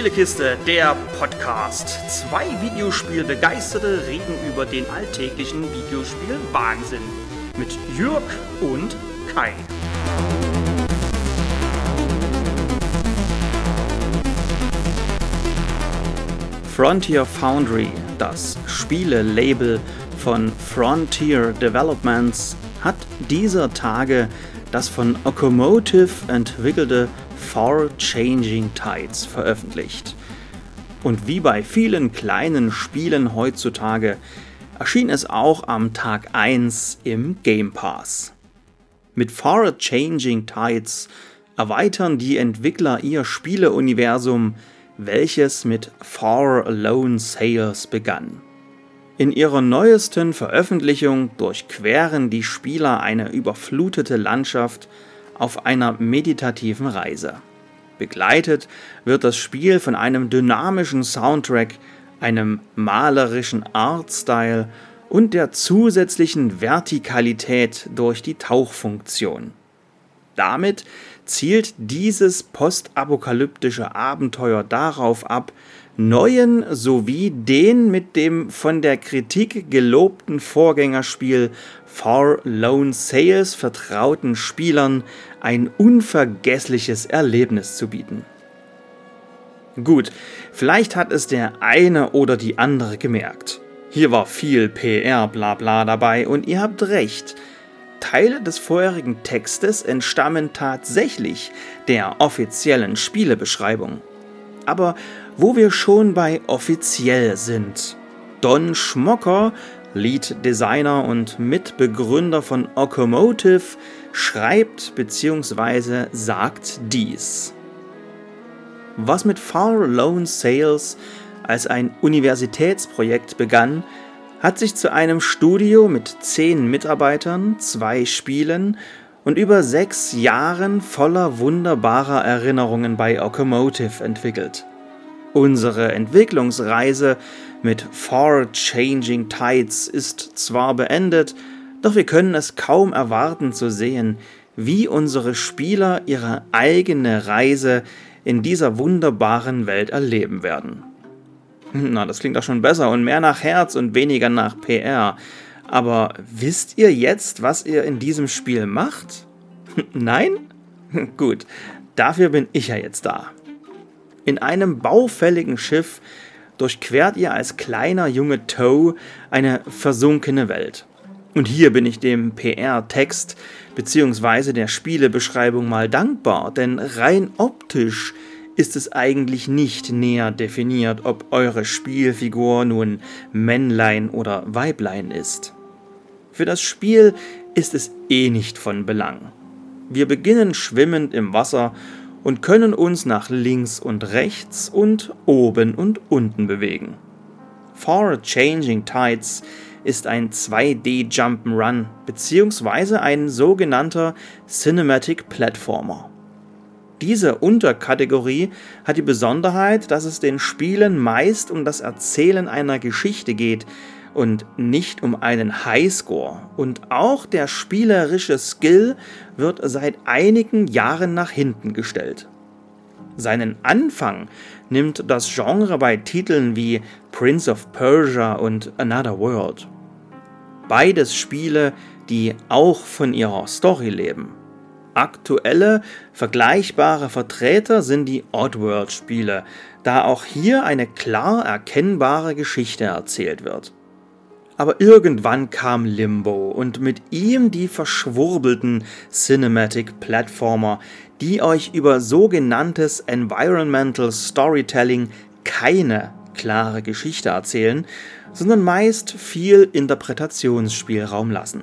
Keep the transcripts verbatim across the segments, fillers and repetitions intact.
Spielekiste, der Podcast. Zwei Videospielbegeisterte reden über den alltäglichen Videospiel-Wahnsinn. Mit Jürg und Kai. Frontier Foundry, das Spielelabel von Frontier Developments, hat dieser Tage das von Okomotive entwickelte For Changing Tides veröffentlicht. Und wie bei vielen kleinen Spielen heutzutage erschien es auch am Tag eins im Game Pass. Mit For Changing Tides erweitern die Entwickler ihr Spieleuniversum, welches mit For Lone Sails begann. In ihrer neuesten Veröffentlichung durchqueren die Spieler eine überflutete Landschaft auf einer meditativen Reise. Begleitet wird das Spiel von einem dynamischen Soundtrack, einem malerischen Artstyle und der zusätzlichen Vertikalität durch die Tauchfunktion. Damit zielt dieses postapokalyptische Abenteuer darauf ab, neuen sowie den mit dem von der Kritik gelobten Vorgängerspiel For Lone Sails vertrauten Spielern ein unvergessliches Erlebnis zu bieten. Gut, vielleicht hat es der eine oder die andere gemerkt. Hier war viel P R-Blabla dabei und ihr habt recht. Teile des vorherigen Textes entstammen tatsächlich der offiziellen Spielebeschreibung. Aber wo wir schon bei offiziell sind: Don Schmocker, Lead-Designer und Mitbegründer von Okomotive, schreibt bzw. sagt dies. Was mit For Lone Sails als ein Universitätsprojekt begann, hat sich zu einem Studio mit zehn Mitarbeitern, zwei Spielen und über sechs Jahren voller wunderbarer Erinnerungen bei Okomotive entwickelt. Unsere Entwicklungsreise mit For Changing Tides ist zwar beendet, doch wir können es kaum erwarten zu sehen, wie unsere Spieler ihre eigene Reise in dieser wunderbaren Welt erleben werden. Na, das klingt doch schon besser und mehr nach Herz und weniger nach P R. Aber wisst ihr jetzt, was ihr in diesem Spiel macht? Nein? Gut, dafür bin ich ja jetzt da. In einem baufälligen Schiff durchquert ihr als kleiner Junge Tow eine versunkene Welt. Und hier bin ich dem P R-Text bzw. der Spielebeschreibung mal dankbar, denn rein optisch ist es eigentlich nicht näher definiert, ob eure Spielfigur nun Männlein oder Weiblein ist. Für das Spiel ist es eh nicht von Belang. Wir beginnen schwimmend im Wasser und können uns nach links und rechts und oben und unten bewegen. For Changing Tides ist ein zwei D Jump'n'Run bzw. ein sogenannter Cinematic Platformer. Diese Unterkategorie hat die Besonderheit, dass es den Spielen meist um das Erzählen einer Geschichte geht und nicht um einen Highscore. Und auch der spielerische Skill wird seit einigen Jahren nach hinten gestellt. Seinen Anfang nimmt das Genre bei Titeln wie Prince of Persia und Another World. Beides Spiele, die auch von ihrer Story leben. Aktuelle, vergleichbare Vertreter sind die Oddworld-Spiele, da auch hier eine klar erkennbare Geschichte erzählt wird. Aber irgendwann kam Limbo und mit ihm die verschwurbelten Cinematic Platformer, die euch über sogenanntes Environmental Storytelling keine klare Geschichte erzählen, sondern meist viel Interpretationsspielraum lassen.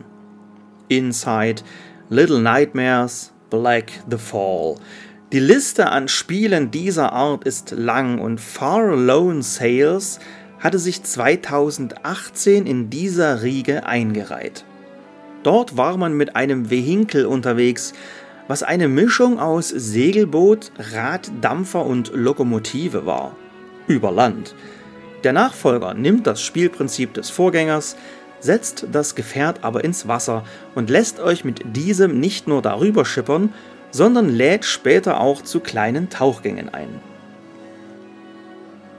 Inside, Little Nightmares, Black the Fall. Die Liste an Spielen dieser Art ist lang und For Lone Sails hatte sich zweitausendachtzehn in dieser Riege eingereiht. Dort war man mit einem Vehikel unterwegs, was eine Mischung aus Segelboot, Raddampfer und Lokomotive war. Über Land. Der Nachfolger nimmt das Spielprinzip des Vorgängers, setzt das Gefährt aber ins Wasser und lässt euch mit diesem nicht nur darüber schippern, sondern lädt später auch zu kleinen Tauchgängen ein.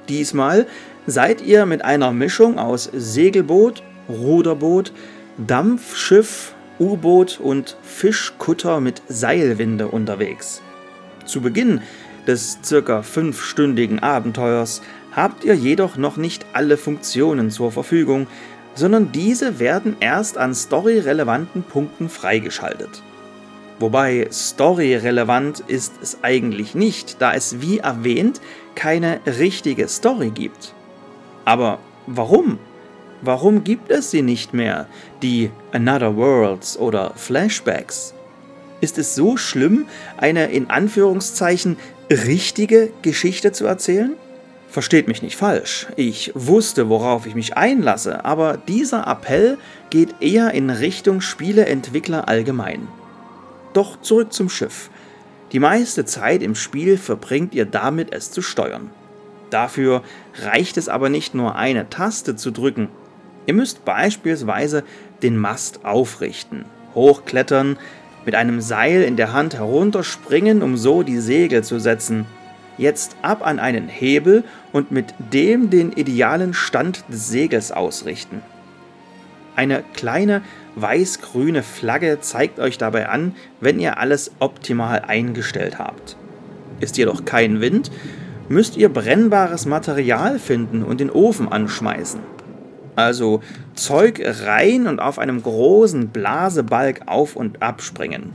Diesmal seid ihr mit einer Mischung aus Segelboot, Ruderboot, Dampfschiff, U-Boot und Fischkutter mit Seilwinde unterwegs. Zu Beginn des circa fünfstündigen Abenteuers habt ihr jedoch noch nicht alle Funktionen zur Verfügung, sondern diese werden erst an storyrelevanten Punkten freigeschaltet. Wobei storyrelevant ist es eigentlich nicht, da es wie erwähnt keine richtige Story gibt. Aber warum? Warum gibt es sie nicht mehr, die Another Worlds oder Flashbacks? Ist es so schlimm, eine in Anführungszeichen richtige Geschichte zu erzählen? Versteht mich nicht falsch, ich wusste, worauf ich mich einlasse, aber dieser Appell geht eher in Richtung Spieleentwickler allgemein. Doch zurück zum Schiff. Die meiste Zeit im Spiel verbringt ihr damit, es zu steuern. Dafür reicht es aber nicht nur, eine Taste zu drücken. Ihr müsst beispielsweise den Mast aufrichten, hochklettern, mit einem Seil in der Hand herunterspringen, um so die Segel zu setzen. Jetzt ab an einen Hebel und mit dem den idealen Stand des Segels ausrichten. Eine kleine weiß-grüne Flagge zeigt euch dabei an, wenn ihr alles optimal eingestellt habt. Ist jedoch kein Wind, müsst ihr brennbares Material finden und den Ofen anschmeißen. Also Zeug rein und auf einem großen Blasebalg auf- und abspringen.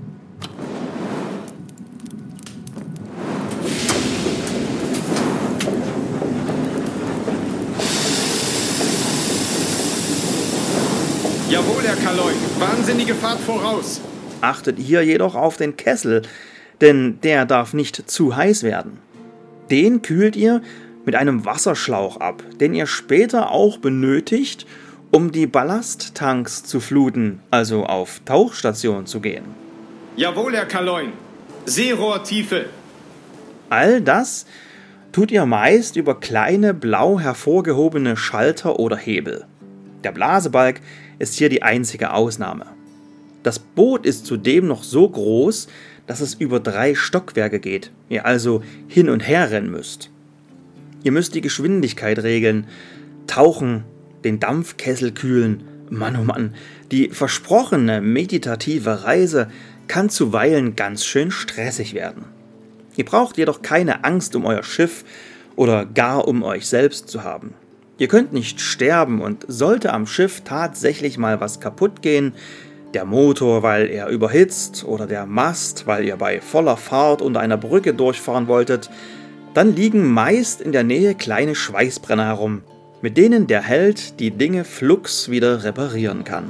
Jawohl, Herr Kaloy, wahnsinnige Fahrt voraus. Achtet hier jedoch auf den Kessel, denn der darf nicht zu heiß werden. Den kühlt ihr mit einem Wasserschlauch ab, den ihr später auch benötigt, um die Ballasttanks zu fluten, also auf Tauchstation zu gehen. Jawohl, Herr Kaloy, Seerohrtiefe. All das tut ihr meist über kleine blau hervorgehobene Schalter oder Hebel. Der Blasebalg ist hier die einzige Ausnahme. Das Boot ist zudem noch so groß, dass es über drei Stockwerke geht, ihr also hin und her rennen müsst. Ihr müsst die Geschwindigkeit regeln, tauchen, den Dampfkessel kühlen. Mann, oh Mann, die versprochene meditative Reise kann zuweilen ganz schön stressig werden. Ihr braucht jedoch keine Angst um euer Schiff oder gar um euch selbst zu haben. Ihr könnt nicht sterben und sollte am Schiff tatsächlich mal was kaputt gehen, der Motor, weil er überhitzt, oder der Mast, weil ihr bei voller Fahrt unter einer Brücke durchfahren wolltet, dann liegen meist in der Nähe kleine Schweißbrenner herum, mit denen der Held die Dinge flugs wieder reparieren kann.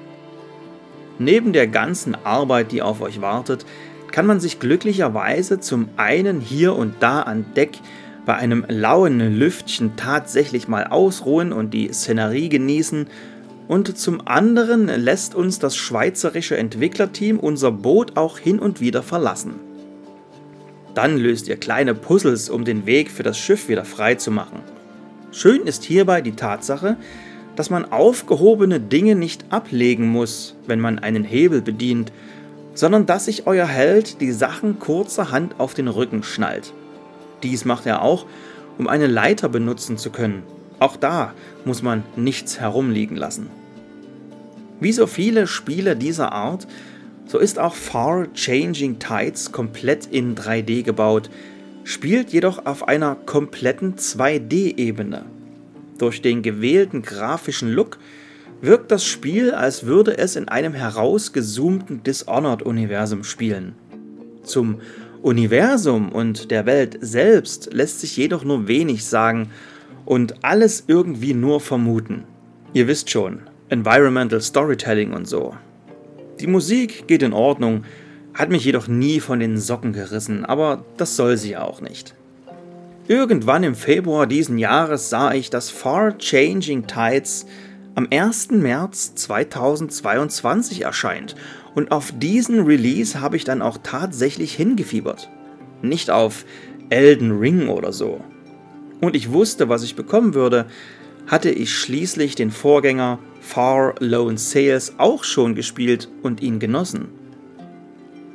Neben der ganzen Arbeit, die auf euch wartet, kann man sich glücklicherweise zum einen hier und da an Deck bei einem lauen Lüftchen tatsächlich mal ausruhen und die Szenerie genießen, und zum anderen lässt uns das schweizerische Entwicklerteam unser Boot auch hin und wieder verlassen. Dann löst ihr kleine Puzzles, um den Weg für das Schiff wieder frei zu machen. Schön ist hierbei die Tatsache, dass man aufgehobene Dinge nicht ablegen muss, wenn man einen Hebel bedient, sondern dass sich euer Held die Sachen kurzerhand auf den Rücken schnallt. Dies macht er auch, um eine Leiter benutzen zu können. Auch da muss man nichts herumliegen lassen. Wie so viele Spiele dieser Art, so ist auch Far Changing Tides komplett in drei D gebaut, spielt jedoch auf einer kompletten zwei D-Ebene. Durch den gewählten grafischen Look wirkt das Spiel, als würde es in einem herausgezoomten Dishonored-Universum spielen. Zum Universum und der Welt selbst lässt sich jedoch nur wenig sagen und alles irgendwie nur vermuten. Ihr wisst schon, Environmental Storytelling und so. Die Musik geht in Ordnung, hat mich jedoch nie von den Socken gerissen, aber das soll sie ja auch nicht. Irgendwann im Februar diesen Jahres sah ich, dass Far Changing Tides am ersten März zweitausendzweiundzwanzig erscheint, und auf diesen Release habe ich dann auch tatsächlich hingefiebert. Nicht auf Elden Ring oder so. Und ich wusste, was ich bekommen würde, hatte ich schließlich den Vorgänger Far Lone Sails auch schon gespielt und ihn genossen.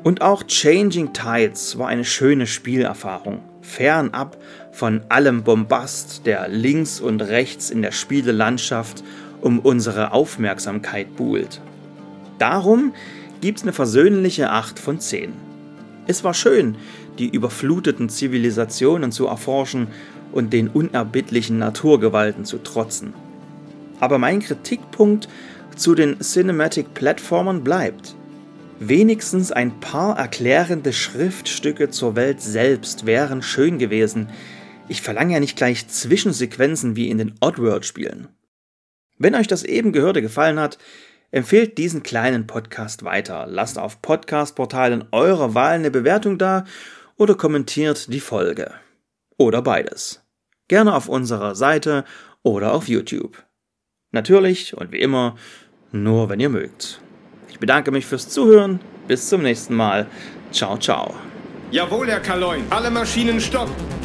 Und auch Changing Tides war eine schöne Spielerfahrung, fernab von allem Bombast, der links und rechts in der Spielelandschaft um unsere Aufmerksamkeit buhlt. Darum gibt's eine versöhnliche acht von zehn. Es war schön, die überfluteten Zivilisationen zu erforschen und den unerbittlichen Naturgewalten zu trotzen. Aber mein Kritikpunkt zu den Cinematic-Plattformern bleibt: wenigstens ein paar erklärende Schriftstücke zur Welt selbst wären schön gewesen. Ich verlange ja nicht gleich Zwischensequenzen wie in den Oddworld-Spielen. Wenn euch das eben Gehörte gefallen hat, empfehlt diesen kleinen Podcast weiter, lasst auf Podcast-Portalen eurer Wahl eine Bewertung da oder kommentiert die Folge. Oder beides. Gerne auf unserer Seite oder auf YouTube. Natürlich und wie immer, nur wenn ihr mögt. Ich bedanke mich fürs Zuhören. Bis zum nächsten Mal. Ciao, ciao. Jawohl, Herr Kaloin. Alle Maschinen stopp.